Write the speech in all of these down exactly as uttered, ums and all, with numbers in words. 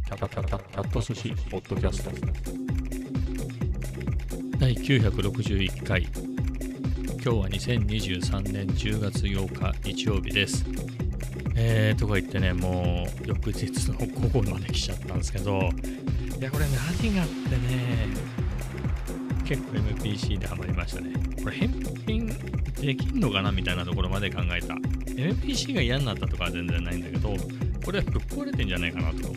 キャタキャタキャット寿司ポッドキャストだいきゅうひゃくろくじゅういっかい。今日はにせんにじゅうさんねんじゅうがつようか日曜日です。えーとか言ってね、もう翌日の午後まで来ちゃったんですけど、いやこれ何があってね、結構 エムピーシー でハマりましたね。これ返品できんのかなみたいなところまで考えた。エムピーシー が嫌になったとかは全然ないんだけど、これはぶっ壊れてんじゃないかなと思って、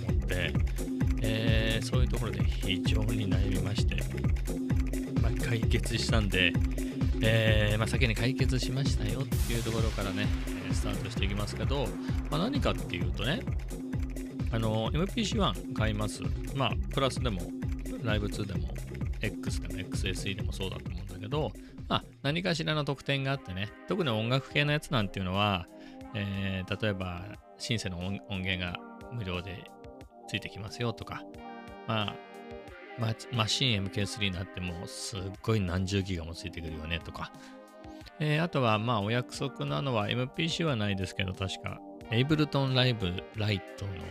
えー、そういうところで非常に悩みまして、まあ、解決したんで、えーまあ、先に解決しましたよっていうところからね、スタートしていきますけど、まあ、何かっていうとね、あの エムピーシーワン 買います。まあ、プラスでも、ライブツーでも、X でも エックスエスイー でもそうだと思うんだけど、まあ、何かしらの特典があってね、特に音楽系のやつなんていうのは、えー、例えば、シンセの 音, 音源が無料でついてきますよとか、まあ、マ, マシン エムケースリー になってもすっごい何十ギガもついてくるよねとか、えー、あとはまあお約束なのは エムピーシー はないですけど、確かエイブルトンライブライトの、あの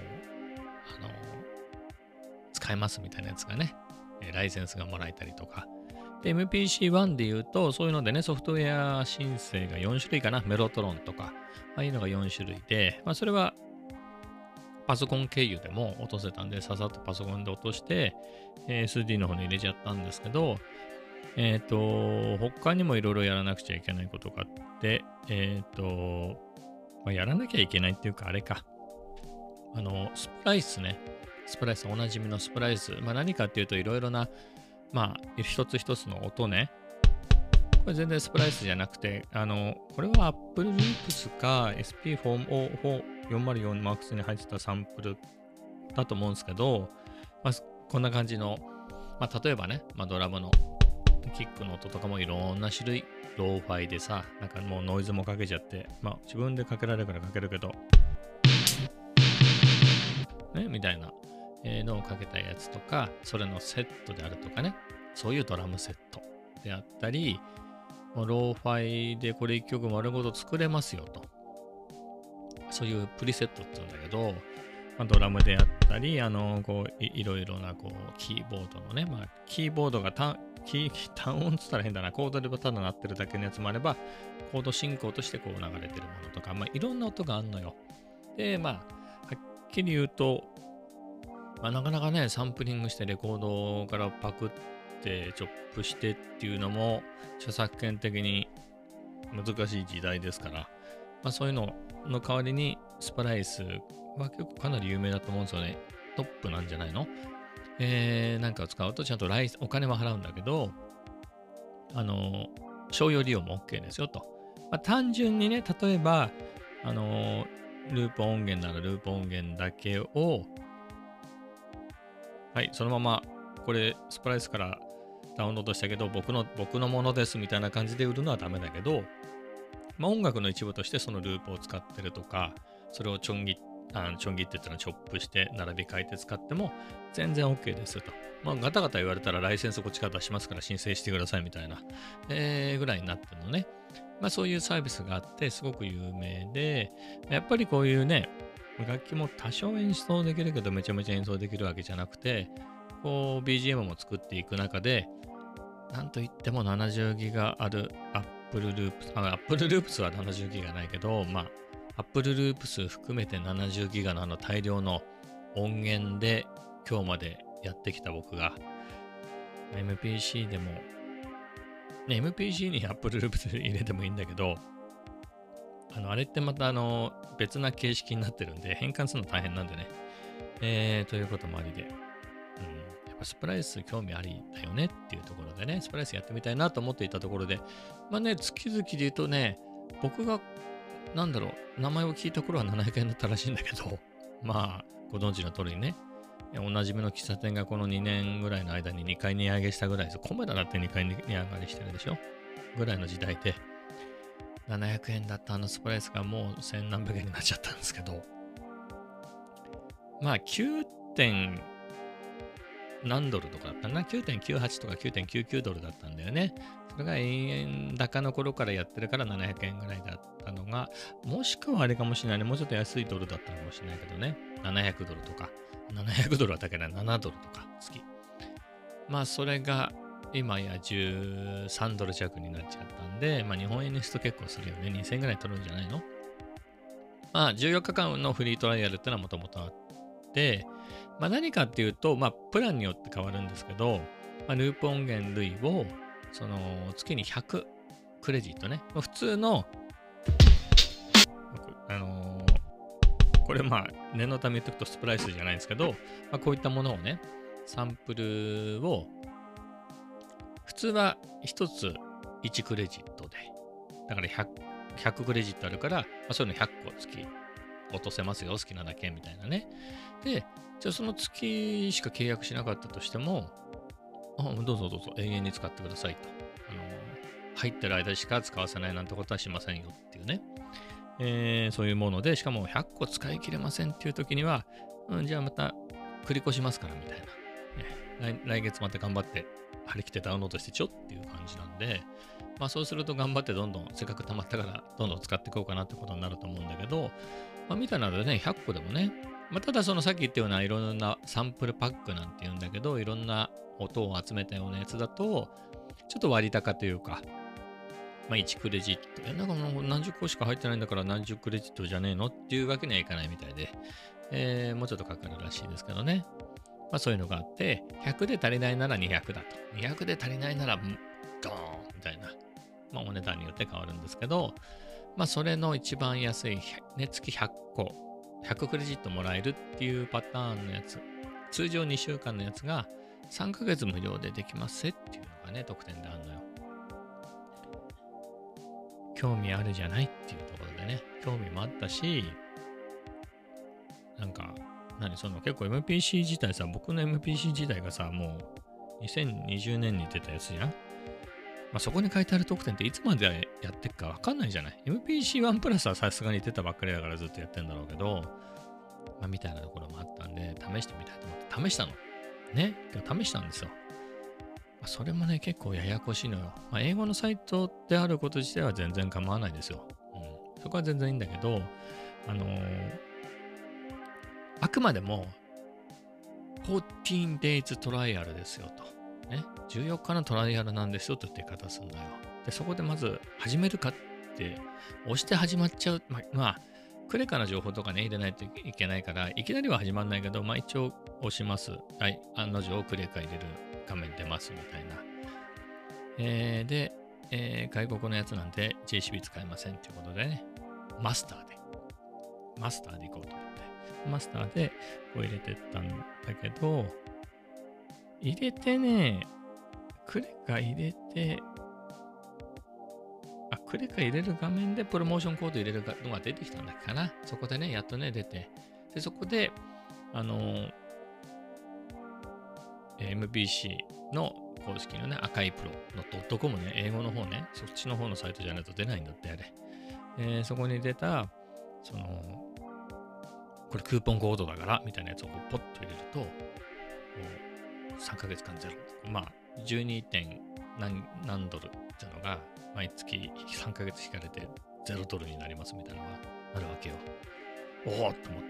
使えますみたいなやつがね、ライセンスがもらえたりとか、で エムピーシーワン で言うと、そういうのでね、ソフトウェア申請がよん種類かな、メロトロンとか、ああいうのがよん種類で、まあ、それはパソコン経由でも落とせたんで、ささっとパソコンで落として、エスディー の方に入れちゃったんですけど、えっと、他にもいろいろやらなくちゃいけないことがあって、えっと、まあ、やらなきゃいけないっていうか、あれか、あの、スプライスね、スプライス、おなじみのスプライス、まあ、何かっていうと、いろいろな、まあ、一つ一つの音ね、これ全然スプライスじゃなくて、あの、これは Apple Loops か エスピーフォーよんまるよんマークス に入ってたサンプルだと思うんですけど、まあ、こんな感じの、まあ、例えばね、まあ、ドラムのキックの音とかもいろんな種類、ローファイでさ、なんかもうノイズもかけちゃって、まあ自分でかけられるからかけるけど、ね、みたいなのをかけたやつとか、それのセットであるとかね、そういうドラムセットであったり、ローファイでこれ一曲丸ごと作れますよと。そういうプリセットって言うんだけど、まあ、ドラムであったり、あの、こうい、いろいろなこうキーボードのね、まあ、キーボードが単キー単音って言ったら変だな、コードでただ鳴ってるだけのやつもあれば、コード進行としてこう流れてるものとか、まあ、いろんな音があるのよ。で、まあ、はっきり言うと、まあ、なかなかね、サンプリングしてレコードからパクってチョップしてっていうのも、著作権的に難しい時代ですから、まあ、そういうのの代わりに、スプライスは結構かなり有名だと思うんですよね。トップなんじゃないの？えー、なんかを使うとちゃんとライお金は払うんだけど、あの、商用利用も OK ですよと。まあ、単純にね、例えば、あの、ループ音源ならループ音源だけを、はい、そのまま、これ、スプライスからダウンロードしたけど、僕の、僕のものですみたいな感じで売るのはダメだけど、まあ、音楽の一部としてそのループを使ってるとか、それをちょんぎ、あちょんぎって言ったらチョップして並び替えて使っても全然 OK ですと。まあ、ガタガタ言われたらライセンスこっちから出しますから申請してくださいみたいな、えー、ぐらいになってるのね。まあ、そういうサービスがあってすごく有名で、やっぱりこういうね、楽器も多少演奏できるけどめちゃめちゃ演奏できるわけじゃなくて、こう ビージーエム も作っていく中で、なんといってもななじゅうギガある Apple Loops、あ、Apple Loops はななじゅうギガないけど、まあ、Apple Loops 含めてななじゅうギガのあの大量の音源で今日までやってきた僕が エムピーシー でも、ね、エムピーシー に Apple Loops 入れてもいいんだけど、あのあれってまたあの別な形式になってるんで変換するの大変なんでね。えー、ということもありで、うん、やっぱスプライス興味ありだよねっていうところでね、スプライスやってみたいなと思っていたところで、まあね、月々で言うとね、僕がなんだろう、名前を聞いた頃はななひゃくえんだったらしいんだけど、まあ、ご存知の通りね、おなじみの喫茶店がこのにねんぐらいの間ににかい値上げしたぐらいです。コメダだってにかい値上がりしてるでしょぐらいの時代で、ななひゃくえんだったあのスプライスがもう千何百円になっちゃったんですけど、まあ、きゅうてん何ドルとかだったな、きゅうてんきゅうはちとかきゅうてんきゅうきゅうドルだったんだよね。それが円高の頃からやってるからななひゃくえんぐらいだったのが、もしくはあれかもしれないね、もうちょっと安いドルだったのかもしれないけどね、ななひゃくドルとか、ななひゃくドルは高いな、ななドルとか月。まあそれが今やじゅうさんドル弱になっちゃったんで、まあ日本円にすると結構するよね。にせんえんぐらい取るんじゃないの？まあじゅうよっかかんのフリートライアルってのはもともとあって、まあ何かっていうと、まあプランによって変わるんですけど、まあ、ループ音源類をその月にひゃくクレジットね。普通の、あのー、これまあ念のため言っとくとスプライスじゃないんですけど、まあ、こういったものをね、サンプルを普通はひとついちクレジットで、だから 100, ひゃくクレジットあるから、まあ、そういうのひゃっこ月落とせますよ、好きなだけみたいなね。で、じゃあその月しか契約しなかったとしても、あ、どうぞどうぞ永遠に使ってくださいと。あの入ってる間しか使わせないなんてことはしませんよっていうね。えー、そういうもので、しかもひゃっこ使い切れませんっていう時には、うん、じゃあまた繰り越しますからみたいな。来, 来月また頑張って張り切ってダウンロードしてちょっていう感じなんで、まあそうすると頑張ってどんどんせっかく溜まったからどんどん使っていこうかなってことになると思うんだけど、まあみたいなのでね、ひゃっこでもね、まあただそのさっき言ったようないろんなサンプルパックなんて言うんだけど、いろんな音を集めたようなやつだと、ちょっと割高というか、まあいちクレジット、え、なんかもう何十個しか入ってないんだから何十クレジットじゃねえのっていうわけにはいかないみたいで、えー、もうちょっとかかるらしいですけどね。まあそういうのがあって、ひゃくで足りないならにひゃくだと。にひゃくで足りないなら、ドーンみたいな、まあお値段によって変わるんですけど、まあそれの一番安い、ね、月ひゃっこ、ひゃくクレジットもらえるっていうパターンのやつ、通常にしゅうかんのやつがさんかげつ無料でできますっていうのがね、特典であるのよ。興味あるじゃないっていうところでね、興味もあったし、なんか、何その結構 エムピーシー 自体さ、僕の エムピーシー 自体がさ、もうにせんにじゅうねんに出たやつじゃん。まあ、そこに書いてある特典っていつまでやってっかわかんないじゃない。エムピーシーワン プラスはさすがに出たばっかりだからずっとやってんだろうけど、まあ、みたいなところもあったんで、試してみたいと思って試したの。ね。試したんですよ。まあ、それもね、結構ややこしいのよ。まあ、英語のサイトであること自体は全然構わないですよ。うん。そこは全然いいんだけど、あのー、あくまでも、じゅうよん days トライアルですよと。ね。じゅうよっかのトライアルなんですよとって言い方するんだよ。で、そこでまず始めるかって押して始まっちゃう。まあ、まあ、クレカの情報とかね、入れないといけないから、いきなりは始まんないけど、まあ一応押します。はい、案の定クレカ入れる画面出ますみたいな。えー、で、えー、外国のやつなんで ジェーシービー 使えませんっていうことでね、マスターで、マスターで行こうと思って、マスターでこう入れてったんだけど、入れてね、クレカ入れて、あ、クレカ入れる画面でプロモーションコード入れるのが出てきたんだっけかな。そこでね、やっとね、出て。で、そこで、あのー、エムピーシー の公式のね、赤いプロの .com ね、英語の方ね、そっちの方のサイトじゃないと出ないんだってあれ。えー、そこに出た、その、これクーポンコードだから、みたいなやつをポッと入れると、さんかげつかんゼロ。まあ、じゅうに. 点 何, 何ドルっていうのが、毎月さんかげつ引かれてゼロドルになりますみたいなのがあるわけよ。おおと思って。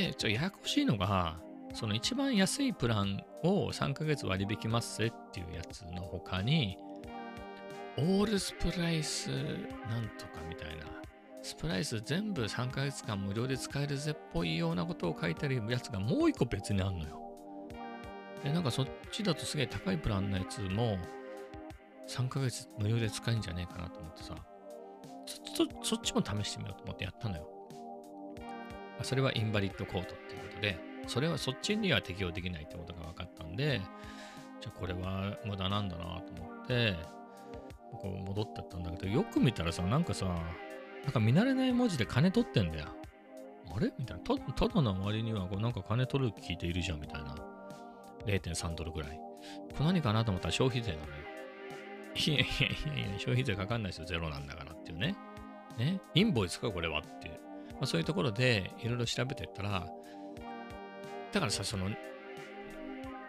で、ちょっとややこしいのが、その一番安いプランをさんかげつ割引ますっていうやつの他に、オールスプライスなんとかみたいな、スプライス全部さんかげつかん無料で使えるぜっぽいようなことを書いてあるやつがもう一個別にあんのよ。で、なんかそっちだとすげえ高いプランのやつもさんかげつ無料で使えるんじゃねえかなと思ってさ、そ, そ, そっちも試してみようと思ってやったのよ。それはインバリッドコードっていうことで、それはそっちには適用できないってことが分かったんで、じゃあこれは無駄なんだなと思って、こう戻ってったんだけど、よく見たらさ、なんかさ、なんか見慣れない文字で金取ってんだよ。あれみたいな。た, ただの割にはこうなんか金取る聞いているじゃんみたいな。れいてんさんドルぐらい。これ何かなと思ったら消費税なのよ。いやいやいやいや、消費税かかんないですよ。ゼロなんだからっていうね。ね。インボイスかこれはっていう。まあ、そういうところでいろいろ調べてったら、だからさ、その、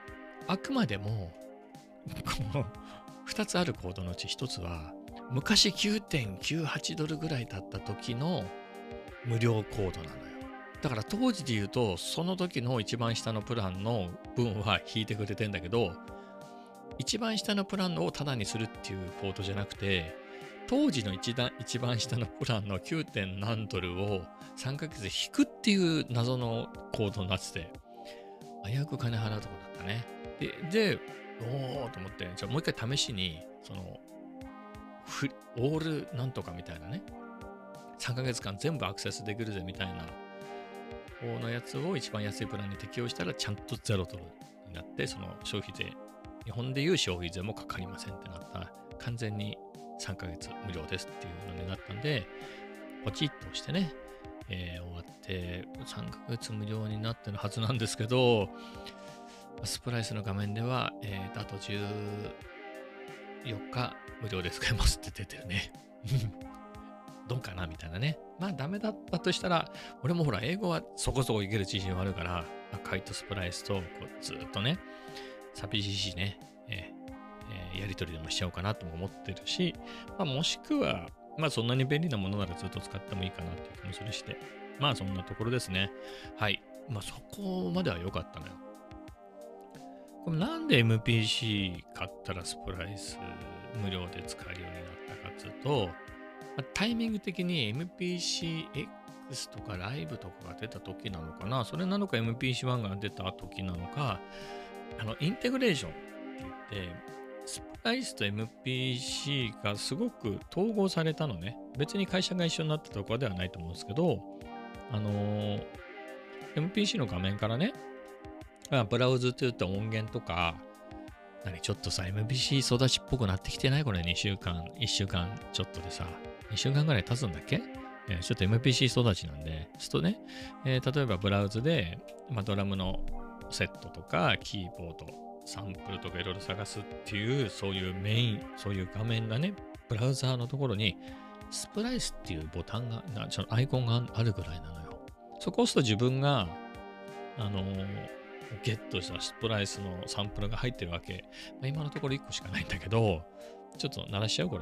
あくまでも、このふたつあるコードのうちひとつは、昔 きゅうてんきゅうはち ドルぐらいだった時の無料コードなのよ。だから当時で言うと、その時の一番下のプランの分は引いてくれてんだけど、一番下のプランのをタダにするっていうコードじゃなくて、当時の一段一番下のプランの きゅう. 点何ドルをさんかげつで引くっていう謎のコードになってて、危うく金払うとこだったね。で、で、おーと思って、じゃあもう一回試しに、その、フオールなんとかみたいなね、さんかげつかん全部アクセスできるぜみたいな方のやつを一番安いプランに適用したらちゃんとゼロドルになって、その消費税、日本でいう消費税もかかりませんってなった。完全にさんかげつ無料ですっていうのになったんで、ポチッと押してね、えー、終わって、さんかげつ無料になってるはずなんですけど、スプライスの画面では、えー、あとじゅうよっか無料で使えますって出てるね。どうかなみたいなね。まあダメだったとしたら、俺もほら英語はそこそこいける自信はあるから、赤いとスプライスとこうずっとね、寂しいしね、えーえー、やり取りでもしちゃおうかなとも思ってるし、まあ、もしくは、まあそんなに便利なものならずっと使ってもいいかなっていう気もするして、まあそんなところですね。はい。まあそこまでは良かったのよ。これなんで エムピーシー 買ったらスプライス無料で使えるようになったかっていうと、まあ、タイミング的に エムピーシーエックス とかライブとかが出た時なのかな、それなのか エムピーシーワン が出た時なのか、あのインテグレーションって言って、スプライスと エムピーシー がすごく統合されたのね。別に会社が一緒になったとかではないと思うんですけど、あのー、エムピーシー の画面からね、まあ、ブラウズといった音源とか、何ちょっとさ、エムピーシー 育ちっぽくなってきてないこれにしゅうかん、いっしゅうかんちょっとでさ、にしゅうかんぐらい経つんだっけ、えー、ちょっと エムピーシー 育ちなんで、ちょっとね、えー、例えばブラウズで、まあ、ドラムのセットとか、キーボード、サンプルとかいろいろ探すっていう、そういうメイン、そういう画面がね、ブラウザーのところに、スプライスっていうボタンが、なちょアイコンがあるぐらいなのよ。そこを押すと自分が、あのー、ゲットしたスプライスのサンプルが入ってるわけ。まあ、今のところいっこしかないんだけど、ちょっと鳴らしちゃうこれ。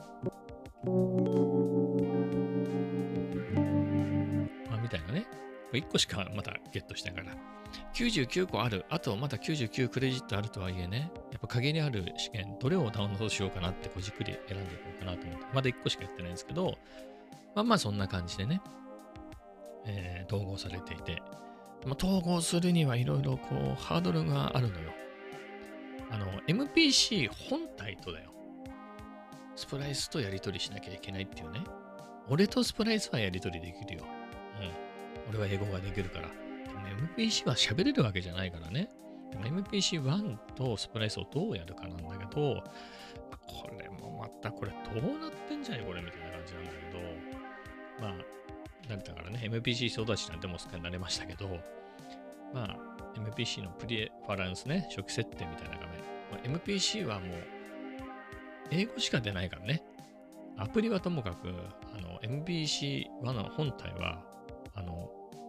まあ、みたいなね。いっこしかまだゲットしてないから。きゅうじゅうきゅうこある。あとまだきゅうじゅうきゅうクレジットあるとはいえね。やっぱ限りある試験、どれをダウンロードしようかなってこうじっくり選んでいこうかなと思って。まだいっこしかやってないんですけど、まあまあそんな感じでね、えー、統合されていて。まあ、統合するにはいろいろこうハードルがあるのよ。あの エムピーシー 本体とだよ。スプライスとやり取りしなきゃいけないっていうね。俺とスプライスはやり取りできるよ。うん。俺は英語ができるから。でも エムピーシー は喋れるわけじゃないからね。でも エムピーシーワン とスプライスをどうやるかなんだけど、これもまたこれどうなってんじゃいこれみたいな感じなんだけど、まあ、だからね、エムピーシー 育ちなんてもうすっかり慣れましたけど、まあ、エムピーシー のプリファランスね、初期設定みたいな画面。まあ、エムピーシー はもう、英語しか出ないからね。アプリはともかく、あの、エムピーシーワン の本体は、あの、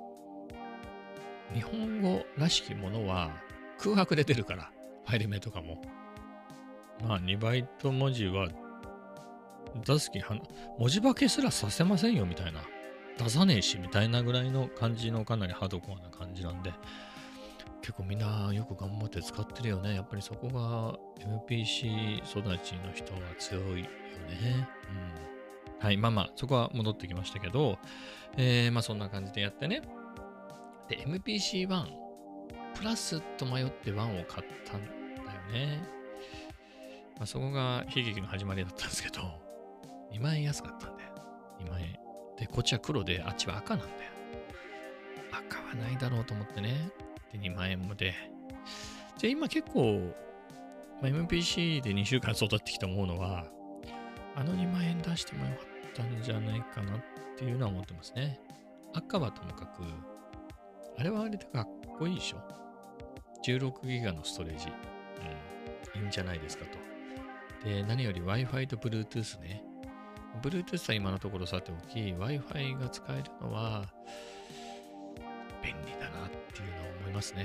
日本語らしきものは空白で出るから、ファイル名とかも。まあ、にバイト文字は出す気、文字化けすらさせませんよみたいな。出さねえしみたいなぐらいの感じのかなりハードコアな感じなんで、結構みんなよく頑張って使ってるよね。やっぱりそこが エムピーシー 育ちの人は強いよね。うん、はい、まあまあ、そこは戻ってきましたけど、えー、まあそんな感じでやってね。で、エムピーシーワン プラスと迷ってワンを買ったんだよね。まあ、そこが悲劇の始まりだったんですけど、にまんえん安かったんだよ。にまんえん。で、こっちは黒で、あっちは赤なんだよ。赤はないだろうと思ってね。で、にまんえんもで。で、今結構、まあ、エムピーシー でにしゅうかん育ってきて思うのは、あのにまんえん出してもよかったんじゃないかなっていうのは思ってますね。赤はともかく、あれはあれでかっこいいでしょ。じゅうろくギガのストレージ。うん。いいんじゃないですかと。で、何より Wi-Fi と Bluetooth ね。Bluetooth は今のところさておき、Wi-Fi が使えるのは便利だなっていうのを思いますね。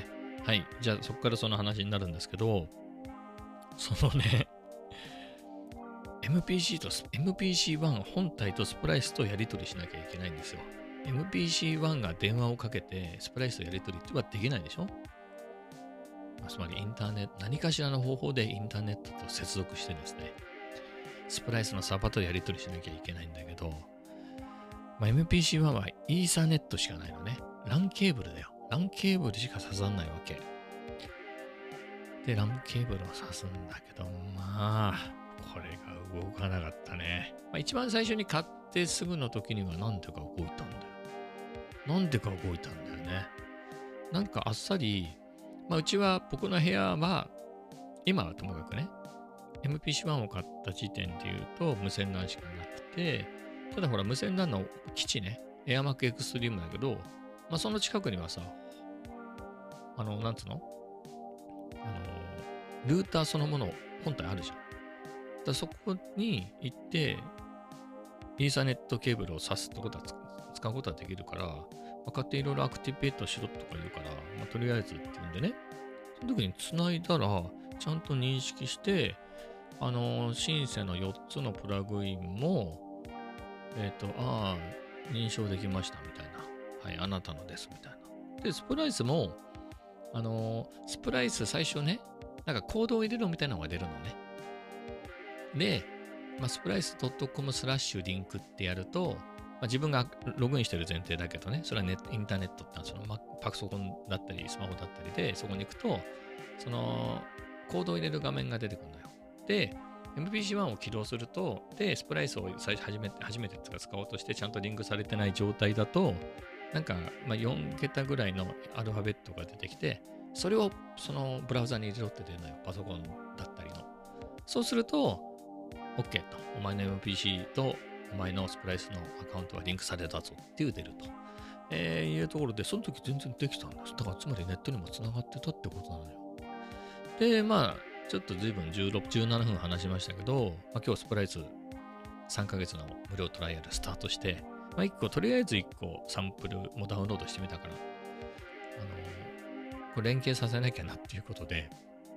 はい。じゃあそこからその話になるんですけど、そのね、エムピーシー と エムピーシーワン 本体とスプライスとやり取りしなきゃいけないんですよ。エムピーシーワン が電話をかけてスプライスとやり取りはできないでしょ。つまりインターネット、何かしらの方法でインターネットと接続してですね、スプライスのサーバーとやり取りしなきゃいけないんだけど、まあ、エムピーシーワン はイーサネットしかないのね。ランケーブルだよ。ランケーブルしか刺さんないわけ。で、ランケーブルを刺すんだけど、まあ、これが動かなかったね。まあ、一番最初に買ってすぐの時にはなんでか動いたんだよ。なんでか動いたんだよね。なんかあっさり、まあ、うちは僕の部屋は、今はともかくね、エムピーシーワン を買った時点で言うと無線 ラン しかなくて、ただほら無線 ラン の基地ね、エアマックエクストリームだけど、まあ、その近くにはさ、あの、なんつうのあの、ルーターそのもの本体あるじゃん。だそこに行って、イーサネットケーブルを挿すってことは使うことはできるから、分かっていろいろアクティベートしろとか言うから、まあ、とりあえずって言うんでね、その時に繋いだら、ちゃんと認識して、あのー、シンセのよっつのプラグインも、えっ、ー、と、ああ、認証できましたみたいな。はい、あなたのですみたいな。で、スプライスも、あのー、スプライス最初ね、なんかコードを入れろみたいなのが出るのね。で、まあ、スプライス .com スラッシュリンクってやると、まあ、自分がログインしてる前提だけどね、それはネットインターネットってのはその、ま、パソコンだったりスマホだったりで、そこに行くと、そのコードを入れる画面が出てくるのよ。で、エムピーシーワン を起動すると、で、スプライスを最初初めて、初めて使おうとしてちゃんとリンクされてない状態だと、なんか、まあ、よん桁ぐらいのアルファベットが出てきて、それをそのブラウザに入れろって出るのよ。パソコンだったりの。そうすると、OK と。お前の エムピーシー とお前のスプライスのアカウントはリンクされたぞっていう出ると、えー、いうところで、その時全然できたんです。だからつまりネットにも繋がってたってことなのよ。で、まあ、ちょっと随分じゅうろく、じゅうななふん話しましたけど、まあ、今日スプライスさんかげつの無料トライアルスタートして、まあ、いっこ、とりあえずいっこサンプルもダウンロードしてみたから、あのー、これ連携させなきゃなっていうことで、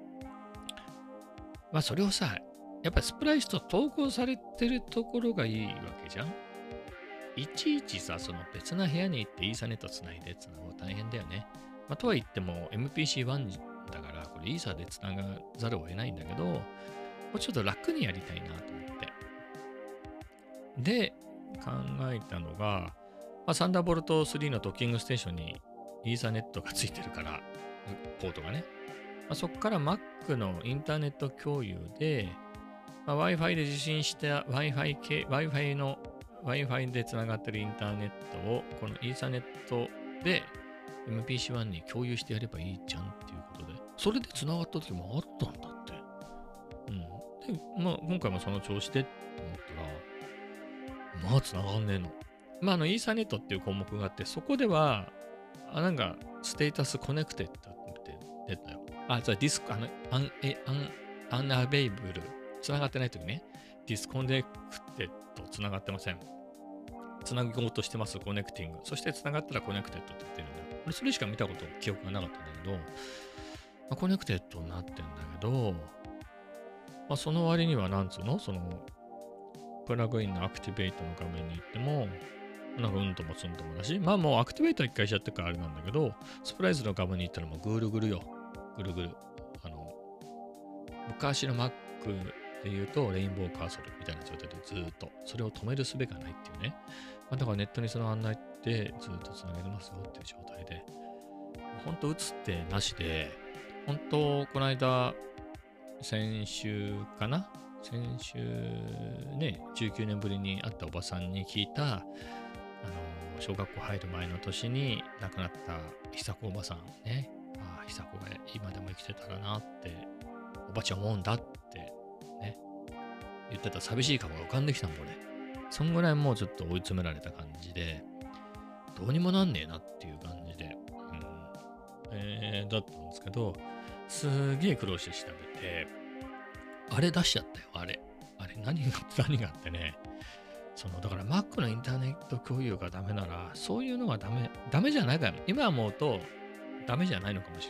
まあそれをさ、やっぱりスプライスと投稿されてるところがいいわけじゃん。いちいちさ、その別な部屋に行ってイーサネットつないでつなぐの大変だよね。まあ、とは言っても エムピーシーワン だから、これイーサでつながざるを得ないんだけど、もうちょっと楽にやりたいなと思って。で、考えたのが、まあ、サンダーボルトスリーのドッキングステーションにイーサネットがついてるから、ポートがね。まあ、そこから Mac のインターネット共有で、まあ、Wi-Fi で受信した Wi-Fi 系、Wi-Fi の Wi-Fi でつながってるインターネットをこのイーサネットで エムピーシーワン に共有してやればいいじゃんっていうことで、それでつながった時もあったんだって。うん。で、まあ今回もその調子でって思ったら、まあつながんねえの。まああのイーサネットっていう項目があって、そこでは、あ、なんかステータスコネクテッドって出たよ。あ、じゃあディスク、あの、アン、え、アン、アンアベイブル。つながってないときね、ディスコネクテッドつながってません。つなごうとしてます、コネクティング。そしてつながったらコネクテッドって言ってるんだよ。俺それしか見たこと、記憶がなかったんだけど、まあ、コネクテッドになってんだけど、まあ、その割にはなんつうのその、プラグインのアクティベートの画面に行っても、なんかうんともすんともだし、まあもうアクティベート一回しちゃってからあれなんだけど、スプライスの画面に行ったらもうぐるぐるよ。ぐるぐる。あの、昔の Mac で言うと、レインボーカーソルみたいな状態でずっと、それを止める術がないっていうね。まあ、だからネットにその案内ってずっとつなげてますよっていう状態で、ほんと打つってなしで、ほんとこの間、先週かな先週ね、じゅうきゅうねんぶりに会ったおばさんに聞いた、あの、小学校入る前の年に亡くなった久子おばさんね。ああ、久子が今でも生きてたらなって、おばちゃん思うんだってね、言ってた寂しい顔が浮かんできたもんね。そんぐらいもうちょっと追い詰められた感じで、どうにもなんねえなっていう感じで、うん、えー、だったんですけど、すげえ苦労して調べて、あれ出しちゃったよ、あれ。あれ、何が、何があってね。その、だから Mac のインターネット共有がダメなら、そういうのがダメ、ダメじゃないから、今思うとダメじゃないのかもしれない。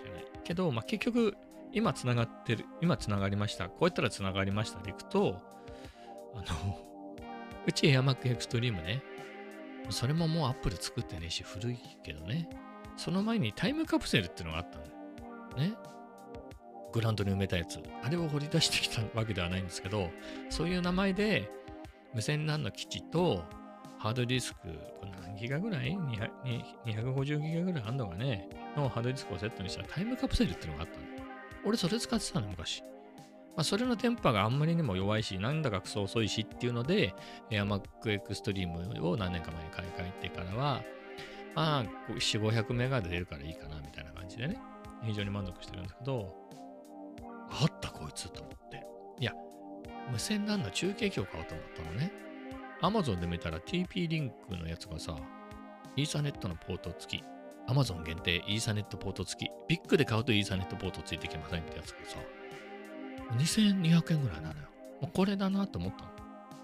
けど、まあ、結局、今つながってる、今つながりました。こうやったらつながりましたでいくと、あの、うち AirMac Extreme ね、それももう Apple 作ってねえし、古いけどね。その前にタイムカプセルっていうのがあったんだよ。ね。グラウンドに埋めたやつ。あれを掘り出してきたわけではないんですけど、そういう名前で無線 ラン の基地とハードディスク、これ何ギガぐらい にひゃくごじゅうギガぐらいあんのがね、のハードディスクをセットにしたタイムカプセルっていうのがあったの。俺それ使ってたの昔。まあ、それの電波があんまりにも弱いし、なんだかクソ遅いしっていうので、AirMac Extreme を何年か前に買い替えてからは、まあ、よんひゃく、ごひゃくメガで出るからいいかなみたいな感じでね、非常に満足してるんですけど、あったこいつと思って。いや、無線 ラン の中継機を買おうと思ったのね。Amazon で見たら ティーピー リンクのやつがさ、イーサネットのポート付き、Amazon 限定イーサネットポート付き、ビッグで買うとイーサネットポート付いてきませんってやつがさ、にせんにひゃくえんぐらいなのよ。もうこれだなと思ったの。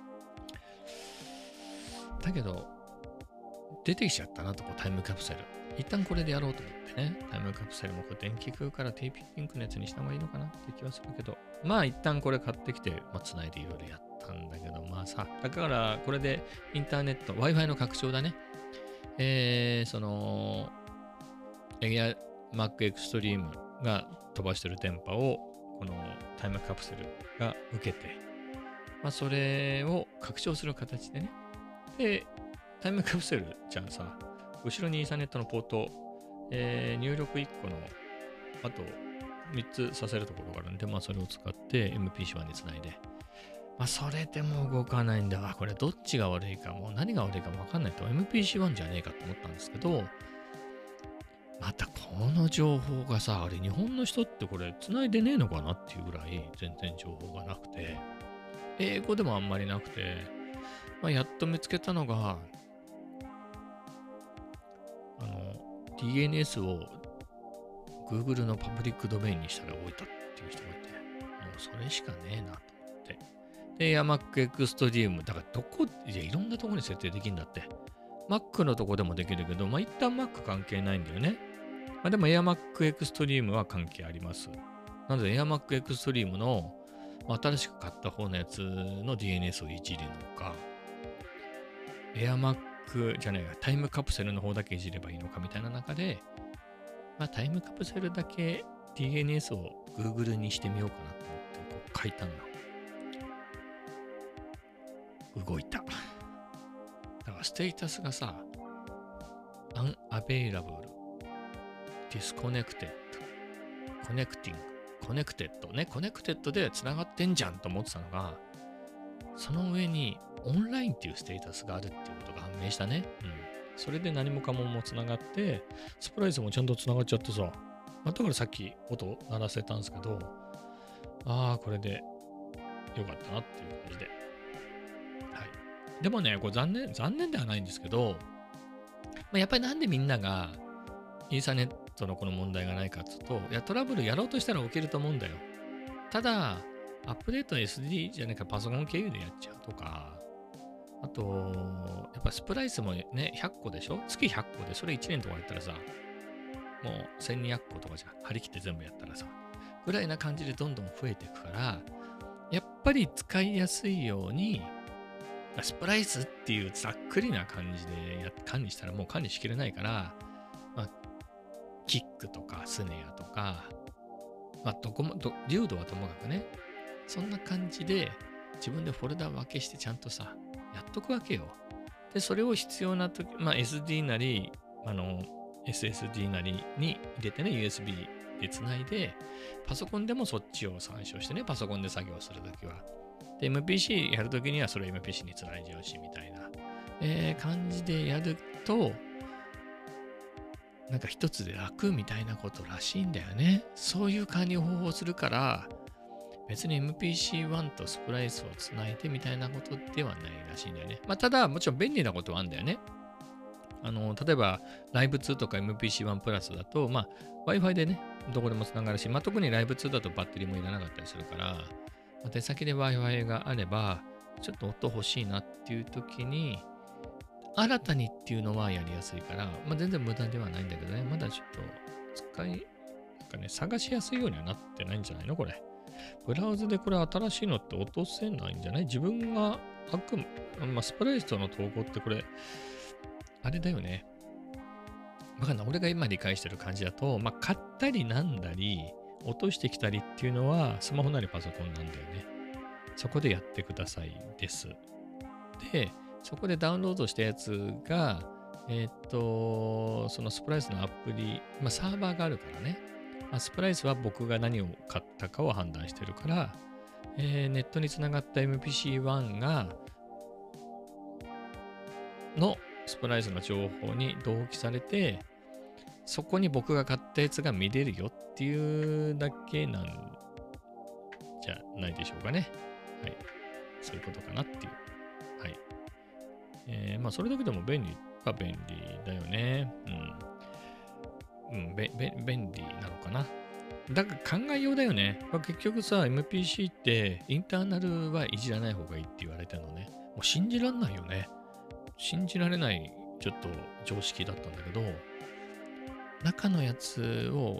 だけど、出てきちゃったなと、こうタイムカプセル。一旦これでやろうと思ってね。タイムカプセルもこう電気食うから ティーピー リンクのやつにした方がいいのかなって気はするけど、まあ一旦これ買ってきて、まあ繋いでいろいろやったんだけど、まあさ、だからこれでインターネット、Wi-Fi の拡張だね。えー、その、AirMac Extreme が飛ばしてる電波を、このタイムカプセルが受けて、まあそれを拡張する形でね。で、タイムカプセルじゃあさ、後ろにイーサネットのポート、えー、入力いっこの、あとみっつさせるところがあるんで、まあそれを使って エムピーシーワン につないで、まあそれでも動かないんだわ。これどっちが悪いか、もう何が悪いかもわかんないと エムピーシーワン じゃねえかと思ったんですけど、またこの情報がさ、あれ日本の人ってこれ繋いでねえのかなっていうぐらい全然情報がなくて、英語でもあんまりなくて、まあ、やっと見つけたのが、あの、ディーエヌエス を Google のパブリックドメインにしたら置いたっていう人がいて、もうそれしかねえなと思って。で、AirMac Extreme、だからどこ、いや、いろんなとこに設定できるんだって。Mac のとこでもできるけど、まあ、一旦 Mac 関係ないんだよね。まあ、でも AirMac Extreme は関係あります。なので AirMac Extreme の、まあ、新しく買った方のやつの ディーエヌエス をいじるのか、AirMac じゃないか、タイムカプセルの方だけいじればいいのかみたいな中で、まあ、タイムカプセルだけ ディーエヌエス を Google にしてみようかなと思ってこう書いたのよ。動いた。だからステータスがさ、unavailable, disconnected, connecting, connected ね、connected で繋がってんじゃんと思ってたのが、その上にオンラインっていうステータスがあるっていうことが判明したね。うん。それで何もかもも繋がって、スプライスもちゃんと繋がっちゃってさ、まあ、だからさっき音鳴らせたんですけど、ああ、これでよかったなっていう感じで。はい。でもね、これ残念、残念ではないんですけど、まあ、やっぱりなんでみんながイーサネットのこの問題がないかっていうと、いや、トラブルやろうとしたら起きると思うんだよ。ただ、アップデート エスディー じゃないかパソコン経由でやっちゃうとか、あと、やっぱスプライスもね、ひゃっこでしょ？月ひゃっこで、それいちねんとかやったらさ、もうせんにひゃっことかじゃん。張り切って全部やったらさ、ぐらいな感じでどんどん増えていくから、やっぱり使いやすいように、スプライスっていうざっくりな感じでや管理したらもう管理しきれないから、まあ、キックとかスネアとか、まあ、どこも、どリュードはともかくね、そんな感じで自分でフォルダ分けしてちゃんとさ、やっとくわけよ。で、それを必要なとき、まあ エスディー なり、あの、エスエスディー なりに入れてね、ユーエスビー でつないで、パソコンでもそっちを参照してね、パソコンで作業するときは。で、エムピーシー やるときにはそれ エムピーシー につないじゃうし、みたいな、えー、感じでやると、なんか一つで楽みたいなことらしいんだよね。そういう管理方法をするから、別に エムピーシーワン とスプライスをつないでみたいなことではないらしいんだよね。まあ、ただ、もちろん便利なことはあるんだよね。あの、例えば、ライブツー とか エムピーシーワン プラスだと、まあ、Wi-Fi でね、どこでもつながるし、まあ、特にライブツーだとバッテリーもいらなかったりするから、まあ、手先で Wi-Fi があれば、ちょっと音欲しいなっていう時に、新たにっていうのはやりやすいから、まあ、全然無駄ではないんだけどね、まだちょっと使いなんかね、探しやすいようにはなってないんじゃないのこれ。ブラウザでこれ新しいのって落とせないんじゃない？自分があくま、まあ、スプライスとの統合ってこれ、あれだよね。わかんない。俺が今理解してる感じだと、まあ、買ったりなんだり、落としてきたりっていうのは、スマホなりパソコンなんだよね。そこでやってくださいです。で、そこでダウンロードしたやつが、えーっと、そのスプライスのアプリ、まあ、サーバーがあるからね。まあ、スプライスは僕が何を買ったかを判断してるから、えーネットにつながった エムピーシーワン が、のスプライスの情報に同期されて、そこに僕が買ったやつが見れるよっていうだけなんじゃないでしょうかね。はい。そういうことかなっていう。はい。えー、まあ、それだけでも便利は便利だよね。うん。うん、べ、べ、便利なのかな。だから考えようだよね。まあ、結局さ、エムピーシー ってインターナルはいじらない方がいいって言われてるのね。もう信じらんないよね。信じられないちょっと常識だったんだけど、中のやつを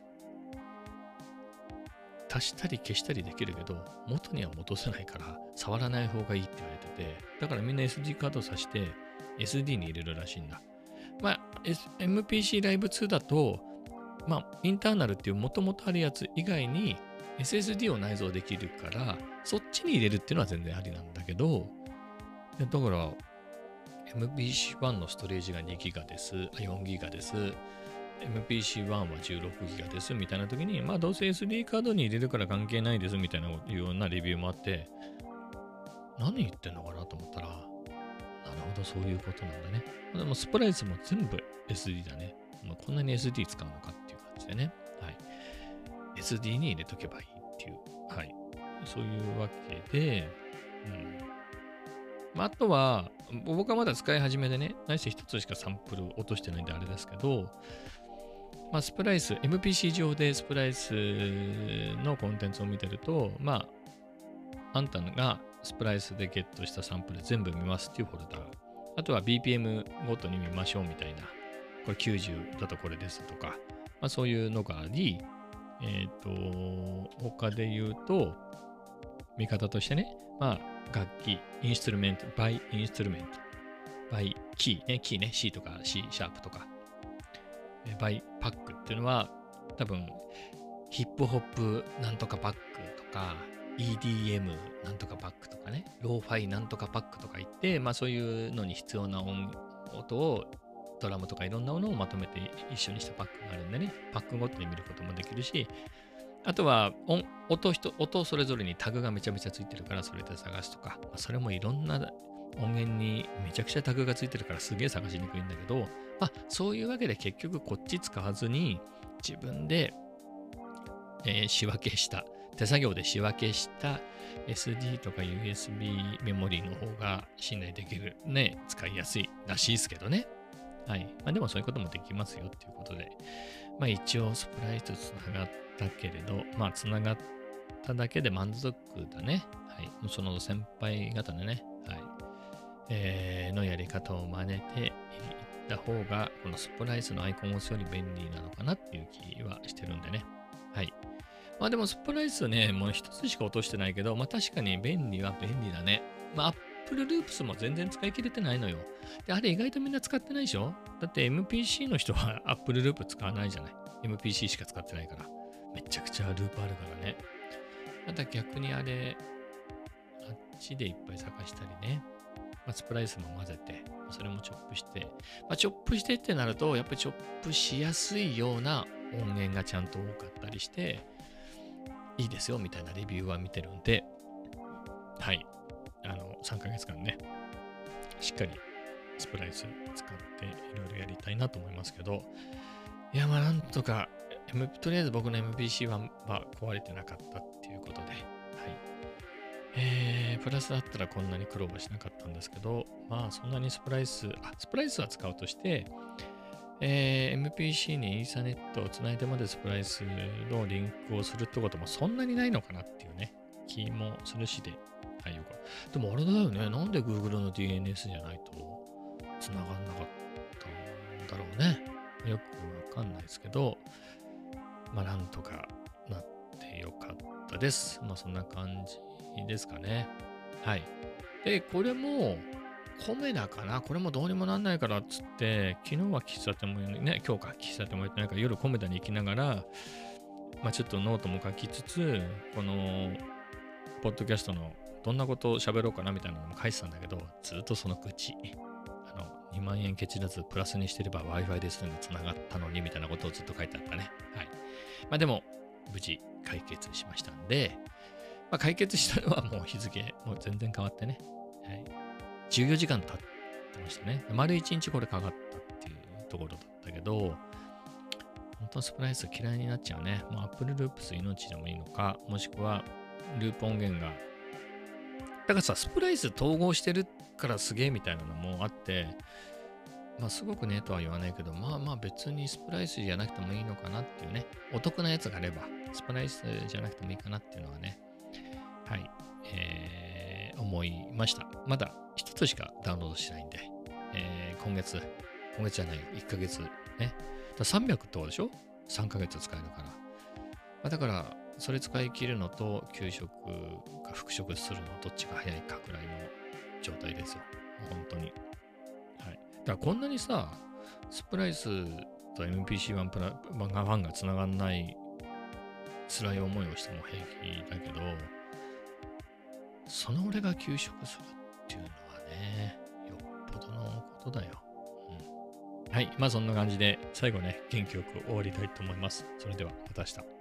足したり消したりできるけど、元には戻せないから触らない方がいいって言われてて、だからみんな エスディー カード挿して エスディー に入れるらしいんだ。まあ、S、エムピーシー ライブツーだと、まあ、インターナルっていう元々あるやつ以外に エスエスディー を内蔵できるから、そっちに入れるっていうのは全然ありなんだけど、だから、エムピーシーワン のストレージがにギガです、よんギガです、エムピーシーワン はじゅうろくギガですみたいな時に、まあどうせ エスディー カードに入れるから関係ないですみたいなようなレビューもあって、何言ってんのかなと思ったら、なるほどそういうことなんだね。でもスプライスも全部 エスディー だね。もうこんなに エスディー 使うのかっていう感じでね。はい。エスディー に入れとけばいいっていう、はい。そういうわけで、うん。まあ、あとは、僕はまだ使い始めでね、何せ一つしかサンプル落としてないんであれですけど、まあ、スプライス、エムピーシー 上でスプライスのコンテンツを見てると、まあ、あんたがスプライスでゲットしたサンプル全部見ますっていうフォルダ。あとは ビーピーエム ごとに見ましょうみたいな。これきゅうじゅうだとこれですとか、まあ、そういうのがあり、えっと、他で言うと、見方としてね、まあ、楽器、インストゥルメント、バイインストゥルメント、バイキーね、キーね、C とか C シャープとか、バイパックっていうのは、多分、ヒップホップなんとかパックとか、イーディーエム なんとかパックとかね、ローファイなんとかパックとか言って、まあそういうのに必要な音音を、ドラムとかいろんなものをまとめて一緒にしたパックがあるんでね、パックごとに見ることもできるし、あとは音、音ひと、音それぞれにタグがめちゃめちゃついてるから、それで探すとか、まあ、それもいろんな音源にめちゃくちゃタグがついてるからすげえ探しにくいんだけど、まあ、そういうわけで結局こっち使わずに自分で、えー仕分けした、手作業で仕分けした エスディー とか ユーエスビー メモリーの方が信頼できるね、使いやすいらしいですけどね。はい。まあでもそういうこともできますよっていうことで、まあ一応スプライスとつながったけれど、まあつながっただけで満足だね。はい。もうその先輩方のね、はい。えーのやり方を真似ていった方が、このスプライスのアイコンを押すより便利なのかなっていう気はしてるんでね。はい。まあでもスプライスね、もう一つしか落としてないけど、まあ確かに便利は便利だね。まあ Apple Loops も全然使い切れてないのよ。で、あれ意外とみんな使ってないでしょ？だって エムピーシー の人は Apple Loop 使わないじゃない。エムピーシー しか使ってないから。めちゃくちゃループあるからね。また逆にあれ、あっちでいっぱい探したりね。まあ、スプライスも混ぜて、それもチョップして。まあ、チョップしてってなると、やっぱりチョップしやすいような音源がちゃんと多かったりして、いいですよみたいなレビューは見てるんで、はい。あの、さんかげつかんね、しっかりスプライス使っていろいろやりたいなと思いますけど、いや、まあなんとか、M、とりあえず僕の エムピーシー は、は壊れてなかったっていうことで、はい。えー、プラスだったらこんなに苦労はしなかったんですけど、まあそんなにスプライス、あ、スプライスは使うとして、えー、エムピーシー にイーサネットをつないでまでスプライスのリンクをするってこともそんなにないのかなっていうね、気もするしで、はい、よかった。でもあれだよね、なんで Google の ディーエヌエス じゃないと繋がんなかったんだろうね。よくわかんないですけど、 まあなんとかなってよかったです。まあそんな感じですかね。はい。で、これも、コメダかな、これもどうにもなんないからっつって、昨日は喫茶店もね、今日か喫茶店もやってないから夜コメダに行きながら、まあちょっとノートも書きつつ、この、ポッドキャストのどんなことを喋ろうかなみたいなのも書いてたんだけど、ずっとその愚痴。あの、にまんえんケチらずプラスにしてれば Wi-Fi ですにつながったのにみたいなことをずっと書いてあったね。はい。まあでも、無事解決しましたんで、まあ解決したのはもう日付、もう全然変わってね。はい。じゅうよじかん経ってましたね。丸いちにちこれかかったっていうところだったけど、本当はスプライス嫌いになっちゃうね。もう Apple Loops 命でもいいのか、もしくはループ音源が。だからさ、スプライス統合してるからすげえみたいなのもあって、まあすごくねとは言わないけど、まあまあ別にスプライスじゃなくてもいいのかなっていうね、お得なやつがあれば、スプライスじゃなくてもいいかなっていうのはね、はい、えー、思いました。まだ一つしかダウンロードしてないんで、えー、今月、今月じゃない、いっかげつね。ださんびゃくってことでしょ ?さん ヶ月使えるから。まあ、だから、それ使い切るのと、給食か復職するのどっちが早いかくらいの状態ですよ。本当に。はい。だからこんなにさ、スプライスと エムピーシーワン プラファンがつながんない辛い思いをしても平気だけど、その俺が休職するっていうのはね、よっぽどのことだよ。うん、はい。まあそんな感じで最後ね、元気よく終わりたいと思います。それではまた明日。